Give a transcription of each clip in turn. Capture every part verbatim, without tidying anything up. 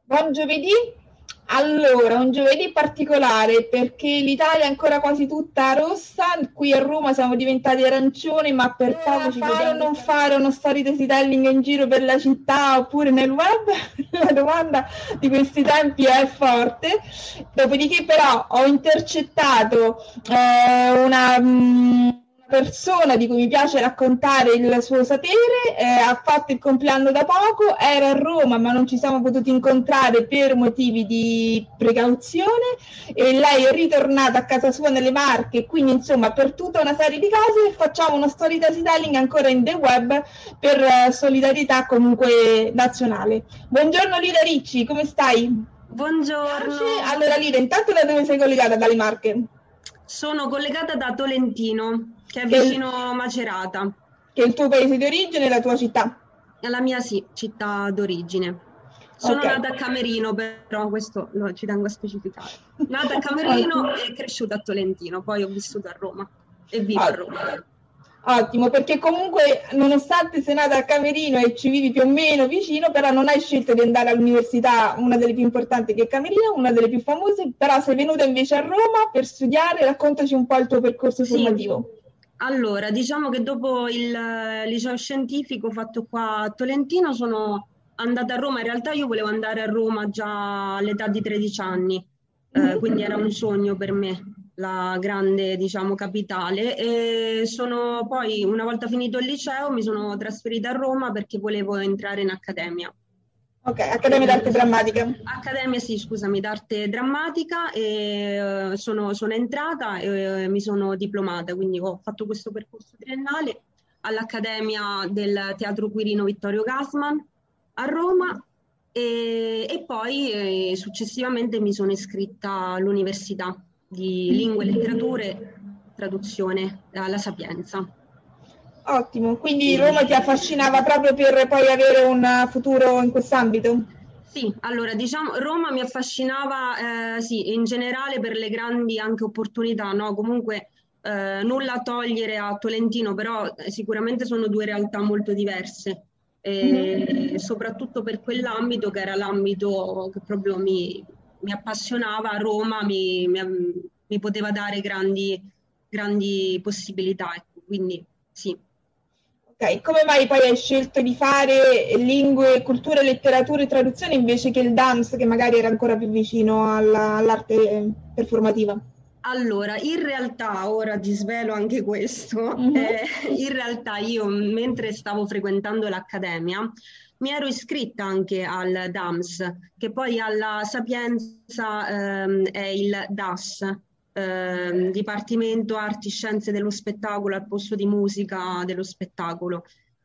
Buon giovedì. Allora, un giovedì particolare perché l'Italia è ancora quasi tutta rossa, qui a Roma siamo diventati arancioni, ma per poco ci fare o non fare uno storytelling in giro per la città oppure nel web? La domanda di questi tempi è forte. Dopodiché però ho intercettato eh, una... mh, persona di cui mi piace raccontare il suo sapere, eh, ha fatto il compleanno da poco, era a Roma ma non ci siamo potuti incontrare per motivi di precauzione e lei è ritornata a casa sua nelle Marche, quindi insomma per tutta una serie di cose facciamo uno storytelling ancora in the web per eh, solidarietà comunque nazionale. Buongiorno Lida Ricci, come stai? Buongiorno, Allora Lida, intanto da dove sei collegata? Dalle Marche? sono collegata da Tolentino, che è Che è il, vicino Macerata, che è il tuo paese di origine e la tua città? è la mia sì, città d'origine. Sono Ok. nata a Camerino, però questo lo ci tengo a specificare. Nata a Ottimo. Camerino e cresciuta a Tolentino, poi ho vissuto a Roma e vivo a Ottimo. Roma. Ottimo, perché comunque nonostante sei nata a Camerino e ci vivi più o meno vicino, però non hai scelto di andare all'università, una delle più importanti che è Camerino, una delle più famose, però sei venuta invece a Roma per studiare, raccontaci un po' il tuo percorso Sì, formativo. allora diciamo che dopo il eh, liceo scientifico fatto qua a Tolentino sono andata a Roma. In realtà io volevo andare a Roma già all'età di tredici anni, eh, quindi era un Mhm. sogno per me, la grande, diciamo, capitale. E sono poi, una volta finito il liceo, mi sono trasferita a Roma perché volevo entrare in accademia. Ok, Accademia d'Arte E- Drammatica. Accademia, sì, scusami, d'arte drammatica e eh, sono, sono entrata e eh, mi sono diplomata, quindi ho fatto questo percorso triennale all'Accademia del Teatro Quirino Vittorio Gassman a Roma e, e poi eh, successivamente mi sono iscritta all'Università di Lingue e Letterature, traduzione alla Sapienza. Ottimo, quindi Roma ti E- affascinava proprio per poi avere un futuro in quest'ambito? Sì, allora diciamo Roma mi affascinava, eh, sì, in generale per le grandi anche opportunità, no? Comunque eh, nulla a togliere a Tolentino, però eh, sicuramente sono due realtà molto diverse, e Mhm. soprattutto per quell'ambito che era l'ambito che proprio mi, mi appassionava, a Roma mi, mi- mi poteva dare grandi, grandi possibilità, ecco, quindi sì. Ok, come mai poi hai scelto di fare lingue, cultura, letteratura e traduzione invece che il dance, che magari era ancora più vicino alla- all'arte performativa? Allora, in realtà, ora ti svelo anche questo, Mhm. eh, in realtà io mentre stavo frequentando l'accademia mi ero iscritta anche al D A M S, che poi alla Sapienza ehm, è il D A S, ehm, Dipartimento Arti Scienze dello Spettacolo al posto di musica dello spettacolo.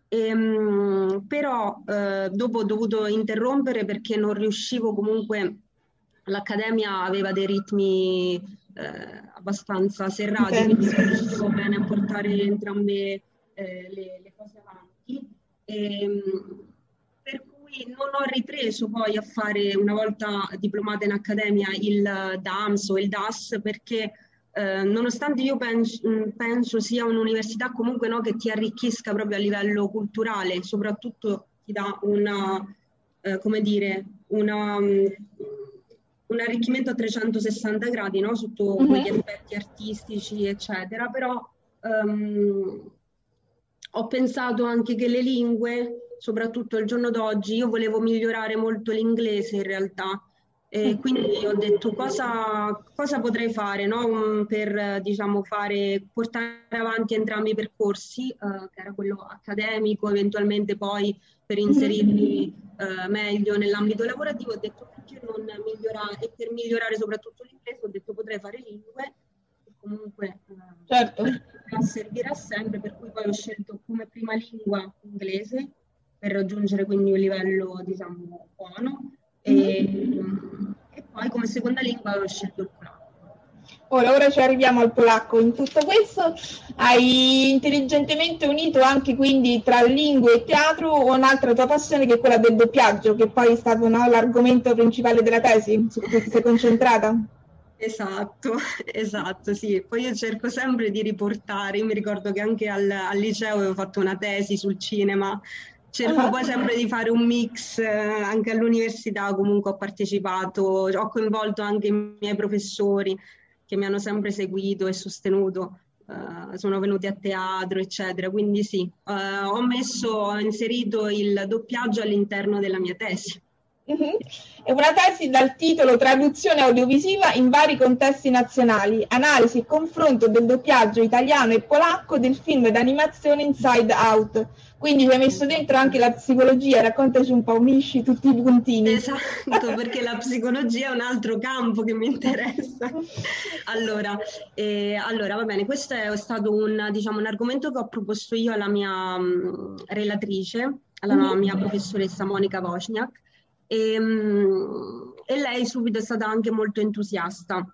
Ehm, però eh, dopo ho dovuto interrompere perché non riuscivo comunque, l'accademia aveva dei ritmi eh, abbastanza serrati, quindi non Intenso. riuscivo bene a portare entrambe eh, le, le cose avanti. Ehm, per cui non ho ripreso poi a fare, una volta diplomata in accademia, il D A M S o il D A S perché eh, nonostante io penso, penso sia un'università comunque, no, che ti arricchisca proprio a livello culturale, soprattutto ti dà una, eh, come dire, una, um, un arricchimento a trecentosessanta gradi, no, sotto quegli Mhm. aspetti artistici, eccetera, però ehm, ho pensato anche che le lingue, soprattutto al giorno d'oggi, io volevo migliorare molto l'inglese in realtà. E quindi ho detto cosa, cosa potrei fare, no? Um, per eh, diciamo, fare, portare avanti entrambi i percorsi, eh, che era quello accademico, eventualmente poi per inserirmi Mhm. eh, meglio nell'ambito lavorativo. Ho detto perché non migliorare, e per migliorare soprattutto l'inglese, ho detto potrei fare lingue, che comunque Certo. eh, servirà sempre, per cui poi ho scelto come prima lingua inglese per raggiungere quindi un livello, diciamo, buono e, Mhm. e poi come seconda lingua ho scelto il polacco. Ora, ora ci arriviamo al polacco. In tutto questo hai intelligentemente unito anche quindi tra lingue e teatro un'altra tua passione che è quella del doppiaggio, che poi è stato, no, l'argomento principale della tesi su cui ti sei concentrata. Esatto, esatto, sì. Poi io cerco sempre di riportare, io mi ricordo che anche al, al liceo avevo fatto una tesi sul cinema, cerco poi sempre di fare un mix, eh, anche all'università comunque ho partecipato, ho coinvolto anche i miei professori che mi hanno sempre seguito e sostenuto, eh, sono venuti a teatro, eccetera. Quindi sì, eh, ho messo, ho inserito il doppiaggio all'interno della mia tesi. Mhm. È una tesi dal titolo Traduzione audiovisiva in vari contesti nazionali, analisi e confronto del doppiaggio italiano e polacco del film d'animazione Inside Out. Quindi ci hai messo dentro anche la psicologia, raccontaci un po', unisci tutti i puntini. Esatto, perché la psicologia è un altro campo che mi interessa. Allora, eh, allora va bene, questo è stato un, diciamo, un argomento che ho proposto io alla mia mh, relatrice, alla Mhm. mia professoressa Monica Wozniak, e, mh, e lei subito è stata anche molto entusiasta.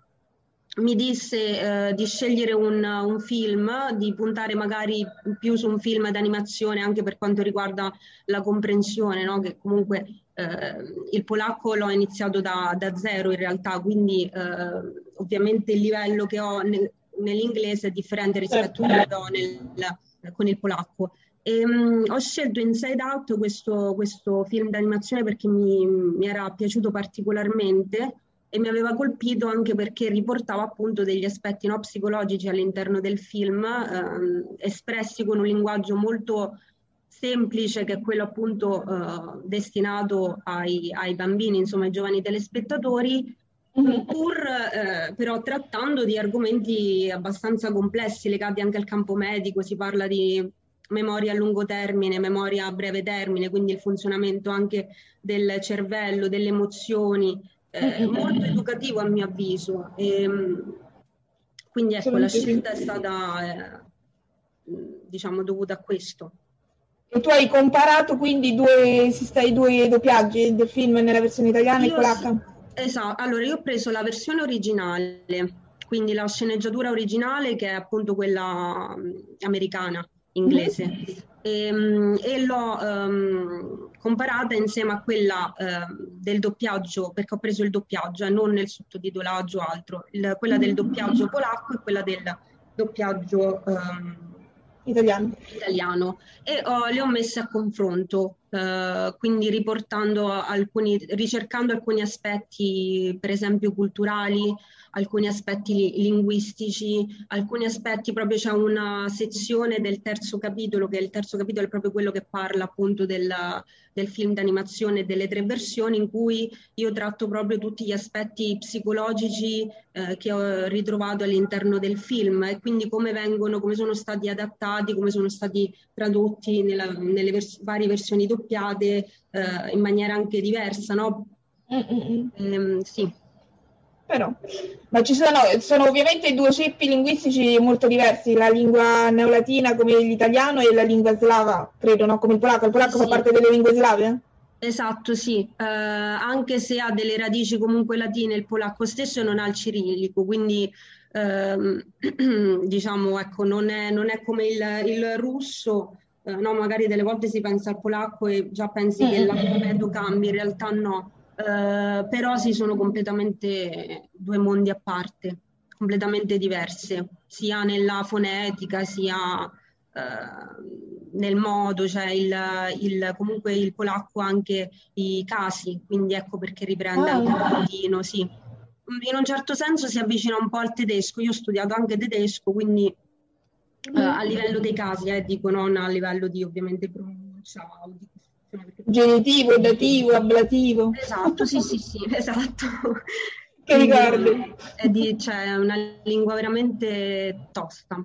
Mi disse eh, di scegliere un, un film, di puntare magari più su un film d'animazione anche per quanto riguarda la comprensione, no? Che comunque eh, il polacco l'ho iniziato da, da zero in realtà, quindi eh, ovviamente il livello che ho nel- nell'inglese è differente rispetto a quello che ho nel- con il polacco. E, mh, ho scelto Inside Out, questo, questo film d'animazione, perché mi, mi era piaciuto particolarmente e mi aveva colpito anche perché riportava appunto degli aspetti, no, psicologici all'interno del film, ehm, espressi con un linguaggio molto semplice, che è quello appunto eh, destinato ai, ai bambini, insomma ai giovani telespettatori, Mhm. pur eh, però trattando di argomenti abbastanza complessi legati anche al campo medico. Si parla di memoria a lungo termine, memoria a breve termine, quindi il funzionamento anche del cervello, delle emozioni, eh, molto Mhm. educativo a mio avviso. E, mh, quindi ecco, la Assolutamente sì. scelta è stata, eh, mh, diciamo, dovuta a questo. E tu hai comparato quindi i due, sista- i due doppiaggi del film nella versione italiana e Io, s- polacca? esatto, allora io ho preso la versione originale, quindi la sceneggiatura originale che è appunto quella mh, americana, inglese, Mhm. e, mh, e l'ho ehm, comparata insieme a quella ehm, del doppiaggio, perché ho preso il doppiaggio e non il sottotitolaggio o altro, il- quella del doppiaggio polacco e quella del doppiaggio ehm, Italiano. italiano, e ho- le ho messe a confronto, eh, quindi riportando alcuni, ricercando alcuni aspetti, per esempio culturali, alcuni aspetti li- linguistici, alcuni aspetti proprio. C'è una sezione del terzo capitolo, che è il terzo capitolo è proprio quello che parla appunto del, del film d'animazione e delle tre versioni, in cui io tratto proprio tutti gli aspetti psicologici eh, che ho ritrovato all'interno del film, e quindi come vengono, come sono stati adattati, come sono stati tradotti nella- nelle vers- varie versioni doppiate eh, in maniera anche diversa, no? Mm-mm. Ehm, sì. Però, ma ci sono, sono ovviamente due ceppi linguistici molto diversi, la lingua neolatina come l'italiano e la lingua slava, credo, no? Come il polacco. Il Sì, polacco fa sì. parte delle lingue slave? Esatto, sì, eh, anche se ha delle radici comunque latine, il polacco stesso non ha il cirillico, quindi ehm, diciamo, ecco, non è, non è come il, il russo, eh, no, magari delle volte si pensa al polacco e già pensi che Mm-mm. l'alfabeto cambi, in realtà no. Eh, però sì, sono completamente due mondi a parte, completamente diverse, sia nella fonetica, sia eh, nel modo, cioè il, il- comunque il polacco ha anche i casi, quindi ecco perché riprende anche un Ah. pochino, sì. In un certo senso si avvicina un po' al tedesco. Io ho studiato anche tedesco, quindi eh, a Mhm. livello dei casi, eh, dico, non a livello di ovviamente pronuncia o di costruzione, perché poi Genitivo, dativo, ablativo. esatto, sì, sì, sì, esatto. Che Quindi no, ricordi? è, di, cioè, è una lingua veramente tosta.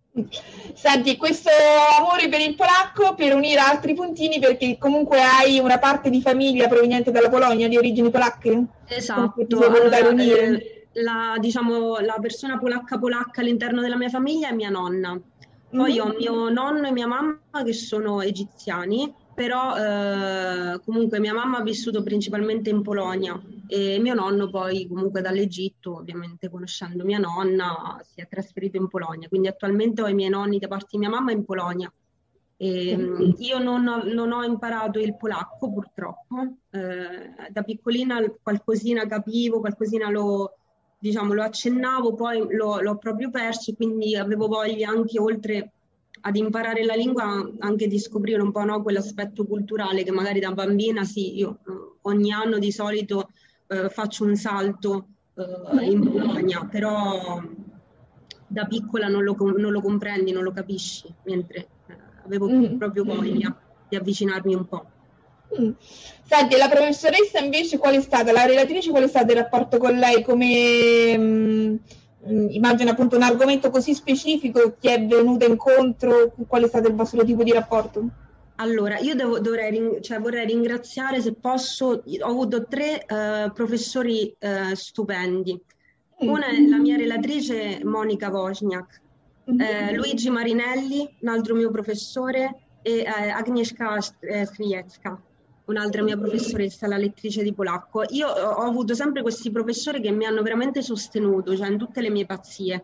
Senti, questo amore per il polacco per unire altri puntini perché comunque hai una parte di famiglia proveniente dalla Polonia di origini polacche con cui ti Esatto, sei voluta allora riunire. eh, la, diciamo, la persona polacca polacca all'interno della mia famiglia è mia nonna. Poi ho Mhm. mio nonno e mia mamma che sono egiziani, però eh, comunque mia mamma ha vissuto principalmente in Polonia e mio nonno poi comunque dall'Egitto, ovviamente conoscendo mia nonna, si è trasferito in Polonia. Quindi attualmente ho i miei nonni da parte di mia mamma in Polonia. E, mh, io non, ho non ho imparato il polacco purtroppo. Eh, da piccolina qualcosina capivo, qualcosina lo, diciamo, lo accennavo, poi lo- l'ho proprio perso, quindi avevo voglia anche oltre ad imparare la lingua, anche di scoprire un po', no, quell'aspetto culturale che magari da bambina, sì, io eh, ogni anno di solito eh, faccio un salto eh, in Polonia, però da piccola non lo, com- non lo comprendi, non lo capisci, mentre eh, avevo Mm. proprio voglia di avvicinarmi un po'. Mm. Senti, la professoressa invece qual è stata? La relatrice qual è stato il rapporto con lei? Come mm, mm, immagino appunto un argomento così specifico, ti è venuta incontro? Qual è stato il vostro tipo di rapporto? Allora, io devo, dovrei, rin- cioè, vorrei ringraziare, se posso, ho avuto tre eh, professori eh, stupendi. Una è la mia relatrice Monica Wozniak, eh, Luigi Marinelli, un altro mio professore, e eh, Agnieszka eh, Strijewska, un'altra mia professoressa, la lettrice di polacco. Io ho, ho avuto sempre questi professori che mi hanno veramente sostenuto, cioè in tutte le mie pazzie.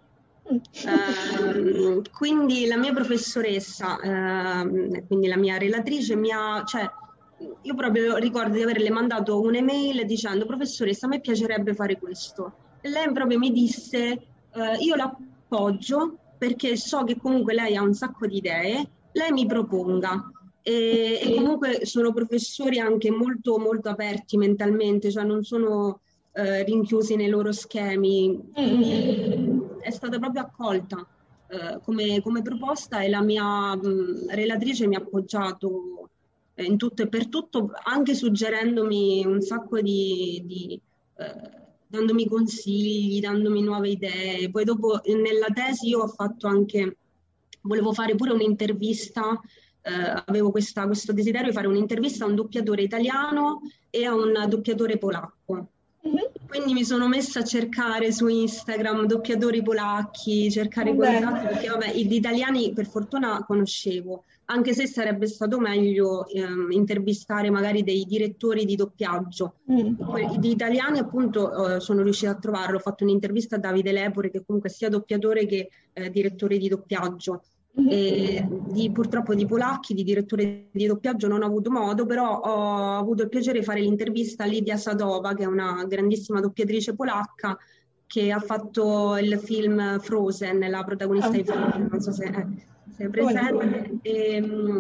Uh, quindi la mia professoressa, uh, quindi la mia relatrice, mi ha, cioè, io proprio ricordo di averle mandato un'email dicendo: professoressa, a me piacerebbe fare questo. E lei proprio mi disse: uh, io l'appoggio perché so che comunque lei ha un sacco di idee, lei mi proponga. E, e comunque sono professori anche molto, molto aperti mentalmente, cioè non sono eh, rinchiusi nei loro schemi. Quindi è stata proprio accolta eh, come, come proposta, e la mia mh, relatrice mi ha appoggiato eh, in tutto e per tutto, anche suggerendomi un sacco di, di eh, dandomi consigli, dandomi nuove idee. Poi dopo eh, nella tesi io ho fatto anche, volevo fare pure un'intervista, eh, avevo questa, questo desiderio di fare un'intervista a un doppiatore italiano e a un doppiatore polacco. Quindi mi sono messa a cercare su Instagram doppiatori polacchi, cercare i contatti, perché vabbè, gli italiani per fortuna conoscevo, anche se sarebbe stato meglio ehm, intervistare magari dei direttori di doppiaggio. Mm. Di italiani appunto eh, sono riuscita a trovarlo, ho fatto un'intervista a Davide Lepore, che comunque sia doppiatore che eh, direttore di doppiaggio. E di, purtroppo di polacchi, di direttore di doppiaggio non ho avuto modo, però ho avuto il piacere di fare l'intervista a Lidia Sadova, che è una grandissima doppiatrice polacca che ha fatto il film Frozen, la protagonista di Frozen, non so se, eh, se è presente. E,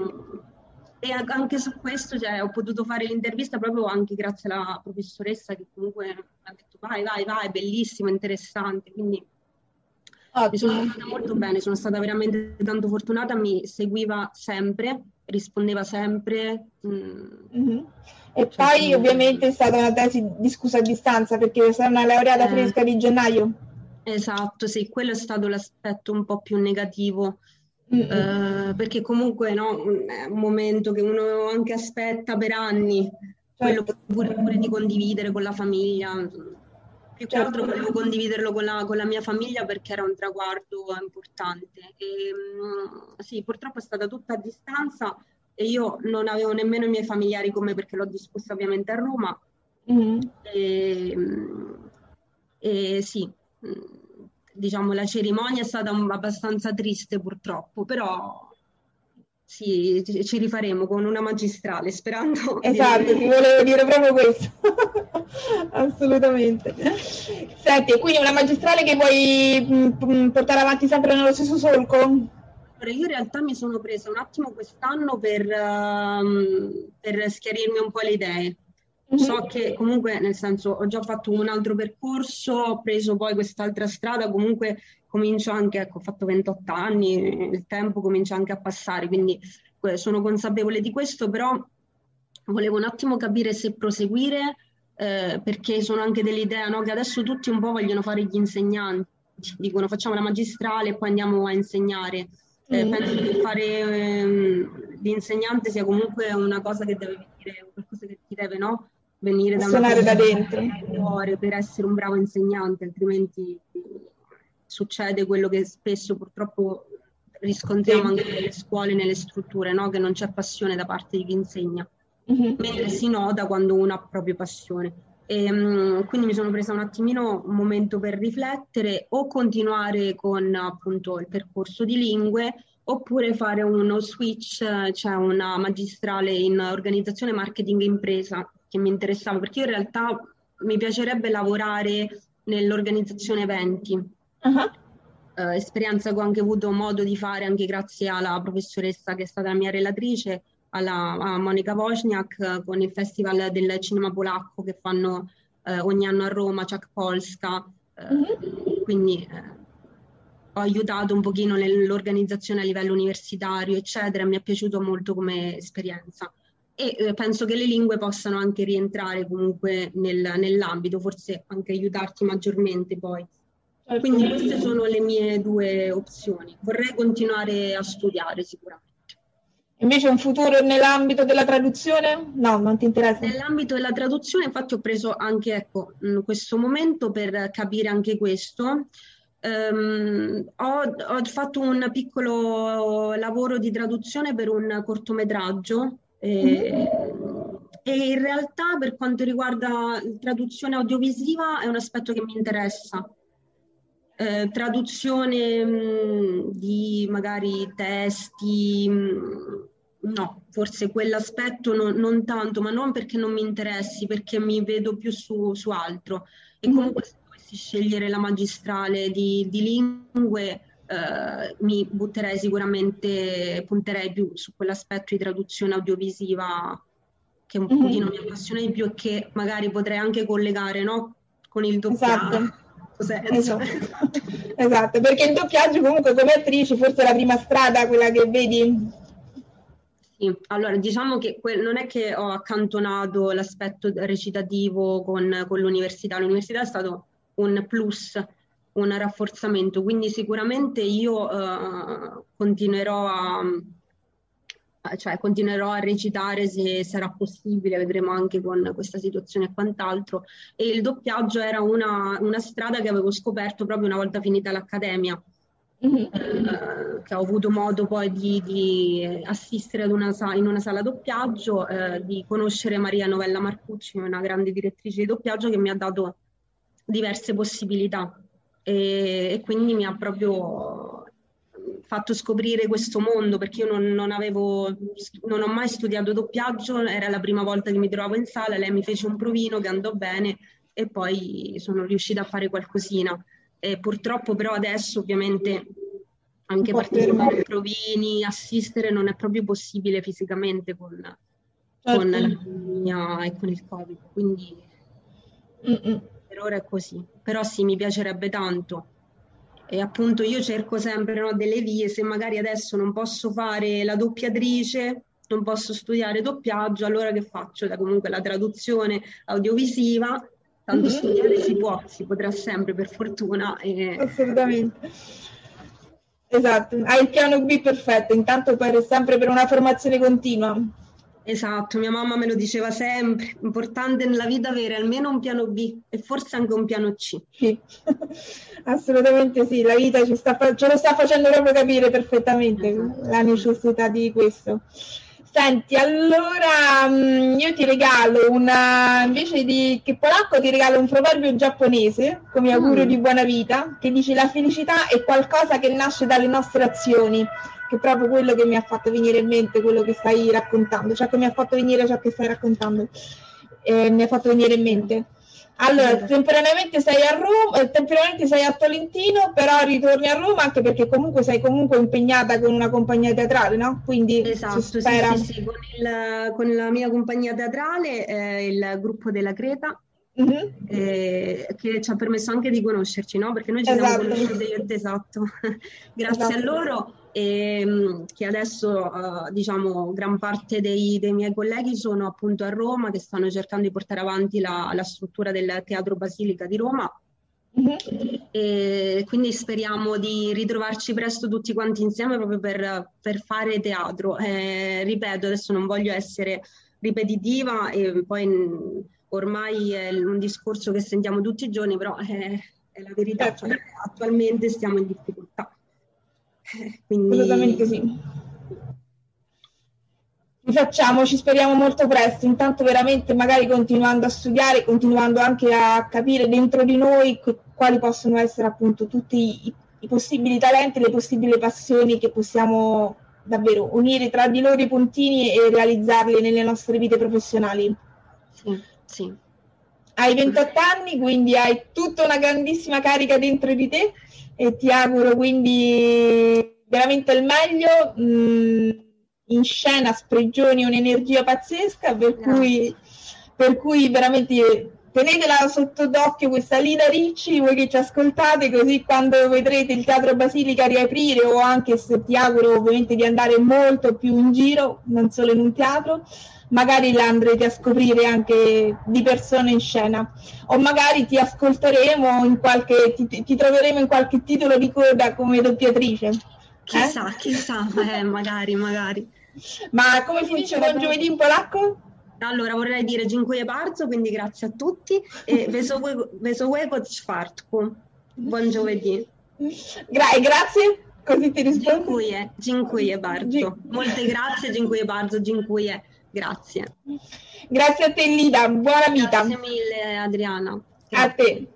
e anche su questo, cioè, ho potuto fare l'intervista proprio anche grazie alla professoressa, che comunque mi ha detto vai, vai, vai, bellissimo, interessante. Quindi mi sono trovata molto bene, sono stata veramente tanto fortunata, mi seguiva sempre, rispondeva sempre. Mm-hmm. E cioè, poi ovviamente è stata una tesi discussa a distanza, perché sarà una laureata eh, fresca di gennaio. Esatto, sì, quello è stato l'aspetto un po' più negativo, eh, perché comunque no, è un momento che uno anche aspetta per anni, certo. Quello pure, pure di condividere con la famiglia. Più che altro volevo condividerlo con la, con la mia famiglia perché era un traguardo importante. E, mh, sì, purtroppo è stata tutta a distanza e io non avevo nemmeno i miei familiari con me, perché l'ho discussa ovviamente a Roma. Mm. E, e sì, diciamo la cerimonia è stata abbastanza triste purtroppo, però sì, ci rifaremo con una magistrale, sperando. Esatto, di... ti volevo dire proprio questo. Assolutamente. Senti, quindi una magistrale che vuoi portare avanti sempre nello stesso solco? Allora, io in realtà mi sono presa un attimo quest'anno per, uh, per schiarirmi un po' le idee. Mm-hmm. So che comunque, nel senso, ho già fatto un altro percorso, ho preso poi quest'altra strada, comunque comincio anche, ecco, ho fatto ventotto anni, il tempo comincia anche a passare, quindi sono consapevole di questo, però volevo un attimo capire se proseguire, eh, perché sono anche dell'idea, no, che adesso tutti un po' vogliono fare gli insegnanti, dicono facciamo la magistrale e poi andiamo a insegnare. Eh, mm. Penso che fare ehm, l'insegnante sia comunque una cosa che deve venire, qualcosa che ti deve, no? Venire da, una da dentro per essere un bravo insegnante, altrimenti succede quello che spesso purtroppo riscontriamo sì. anche nelle scuole, nelle strutture, no? Che non c'è passione da parte di chi insegna, mm-hmm. mentre si nota quando uno ha proprio passione. E, um, quindi mi sono presa un attimino un momento per riflettere, o continuare con appunto il percorso di lingue, oppure fare uno switch, cioè una magistrale in organizzazione marketing impresa, che mi interessava, perché io in realtà mi piacerebbe lavorare nell'organizzazione eventi. Uh-huh. eh, esperienza che ho anche avuto modo di fare anche grazie alla professoressa che è stata la mia relatrice, alla, a Monica Wozniak, eh, con il Festival del Cinema Polacco che fanno eh, ogni anno a Roma, Czech Polska, eh, Mhm. quindi eh, ho aiutato un pochino nell'organizzazione a livello universitario, eccetera, mi è piaciuto molto come esperienza. E eh, penso che le lingue possano anche rientrare comunque nel- nell'ambito, forse anche aiutarti maggiormente poi. Certo. Quindi queste sono le mie due opzioni. Vorrei continuare a studiare sicuramente. Invece un futuro nell'ambito della traduzione? No, non ti interessa? Nell'ambito della traduzione, infatti, ho preso anche ecco, mh, questo momento per capire anche questo. Ehm, ho, ho fatto un piccolo lavoro di traduzione per un cortometraggio Mhm. eh, e in realtà per quanto riguarda la traduzione audiovisiva è un aspetto che mi interessa. Eh, traduzione mh, di magari testi, mh, no, forse quell'aspetto non, non tanto, ma non perché non mi interessi, perché mi vedo più su, su altro. E Mhm. comunque se dovessi scegliere la magistrale di, di lingue, eh, mi butterei sicuramente, punterei più su quell'aspetto di traduzione audiovisiva che un pochino Mhm. mi appassiona di più e che magari potrei anche collegare, no? Con il doppiaggio, Esatto. in questo senso. Esatto. Esatto, perché il doppiaggio comunque come attrice forse è la prima strada, quella che vedi. Sì, allora diciamo che que- non è che ho accantonato l'aspetto recitativo con, con l'università, l'università è stato un plus, un rafforzamento, quindi sicuramente io eh, continuerò a, cioè, continuerò a recitare se sarà possibile, vedremo anche con questa situazione e quant'altro. E il doppiaggio era una, una strada che avevo scoperto proprio una volta finita l'accademia, Mhm. eh, che ho avuto modo poi di, di assistere ad una sa- in una sala doppiaggio, eh, di conoscere Maria Novella Marcucci, una grande direttrice di doppiaggio che mi ha dato diverse possibilità e, e quindi mi ha proprio fatto scoprire questo mondo perché io non, non avevo, non ho mai studiato doppiaggio, era la prima volta che mi trovavo in sala, lei mi fece un provino che andò bene e poi sono riuscita a fare qualcosina. E purtroppo però adesso ovviamente Un anche po' fermo. partecipare ai provini, assistere non è proprio possibile fisicamente con, con Certo. la pandemia e con il Covid, quindi Mm-mm. per ora è così. Però sì, mi piacerebbe tanto. E appunto io cerco sempre, no, delle vie, se magari adesso non posso fare la doppiatrice, non posso studiare doppiaggio, allora che faccio? Da comunque la traduzione audiovisiva, tanto studiare si Mhm. può, si potrà sempre per fortuna. E Assolutamente. Esatto, hai il piano B perfetto, intanto poi sempre per una formazione continua. esatto, mia mamma me lo diceva sempre, importante nella vita avere almeno un piano B e forse anche un piano C. Sì, assolutamente sì, la vita ci sta, fa- ce lo sta facendo proprio capire perfettamente Esatto, la necessità di questo. Senti, allora mh, io ti regalo una, invece di che polacco, ti regalo un proverbio giapponese come augurio di mm, buona vita che dice la felicità è qualcosa che nasce dalle nostre azioni, che è proprio quello che mi ha fatto venire in mente quello che stai raccontando, cioè che mi ha fatto venire ciò che stai raccontando, eh, mi ha fatto venire in vero, mente. Allora, vero. temporaneamente sei a Roma, eh, temporaneamente sei a Tolentino, però ritorni a Roma anche perché comunque sei comunque impegnata con una compagnia teatrale, no? Quindi si Esatto, sì, spera. sì, sì, con, il- con la mia compagnia teatrale, eh, il gruppo della Creta, Mhm. eh, che ci ha permesso anche di conoscerci, no? Perché noi ci siamo Esatto, conosciute io, esatto, grazie a esatto. loro, e, mh, che adesso, eh, diciamo, gran parte dei, dei miei colleghi sono appunto a Roma, che stanno cercando di portare avanti la, la struttura del Teatro Basilica di Roma. Mhm. E quindi speriamo di ritrovarci presto tutti quanti insieme proprio per, per fare teatro. Eh, ripeto, adesso non voglio essere ripetitiva e poi mh, ormai è un discorso che sentiamo tutti i giorni, però è, è la verità, Certo, cioè, attualmente stiamo in difficoltà. Eh, quindi assolutamente sì. Rifacciamoci, speriamo molto presto, intanto veramente magari continuando a studiare, continuando anche a capire dentro di noi qu- quali possono essere appunto tutti i, i possibili talenti, le possibili passioni che possiamo davvero unire tra di loro i puntini e realizzarli nelle nostre vite professionali. sì, sì. Hai ventotto anni, quindi hai tutta una grandissima carica dentro di te e ti auguro quindi veramente il meglio. Mm, in scena sprigioni un'energia pazzesca, per cui, per cui veramente tenetela sotto d'occhio questa Lida Ricci, voi che ci ascoltate, così quando vedrete il Teatro Basilica riaprire, o anche se ti auguro ovviamente di andare molto più in giro, non solo in un teatro, magari la andrete a scoprire anche di persona in scena, o magari ti ascolteremo in qualche, ti, ti troveremo in qualche titolo di coda come doppiatrice. Chissà, eh? chissà, eh, magari, magari. Ma come si dice buon giovedì in polacco? Allora, vorrei dire dziękuję bardzo, quindi grazie a tutti, e wesołego czwartku. Buon giovedì. Gra- grazie, così ti rispondo. Dziękuję, dziękuję bardzo. Molte grazie, dziękuję bardzo, dziękuję. Grazie. Grazie a te Lida, buona vita. Grazie mille Adriana. Grazie. A te.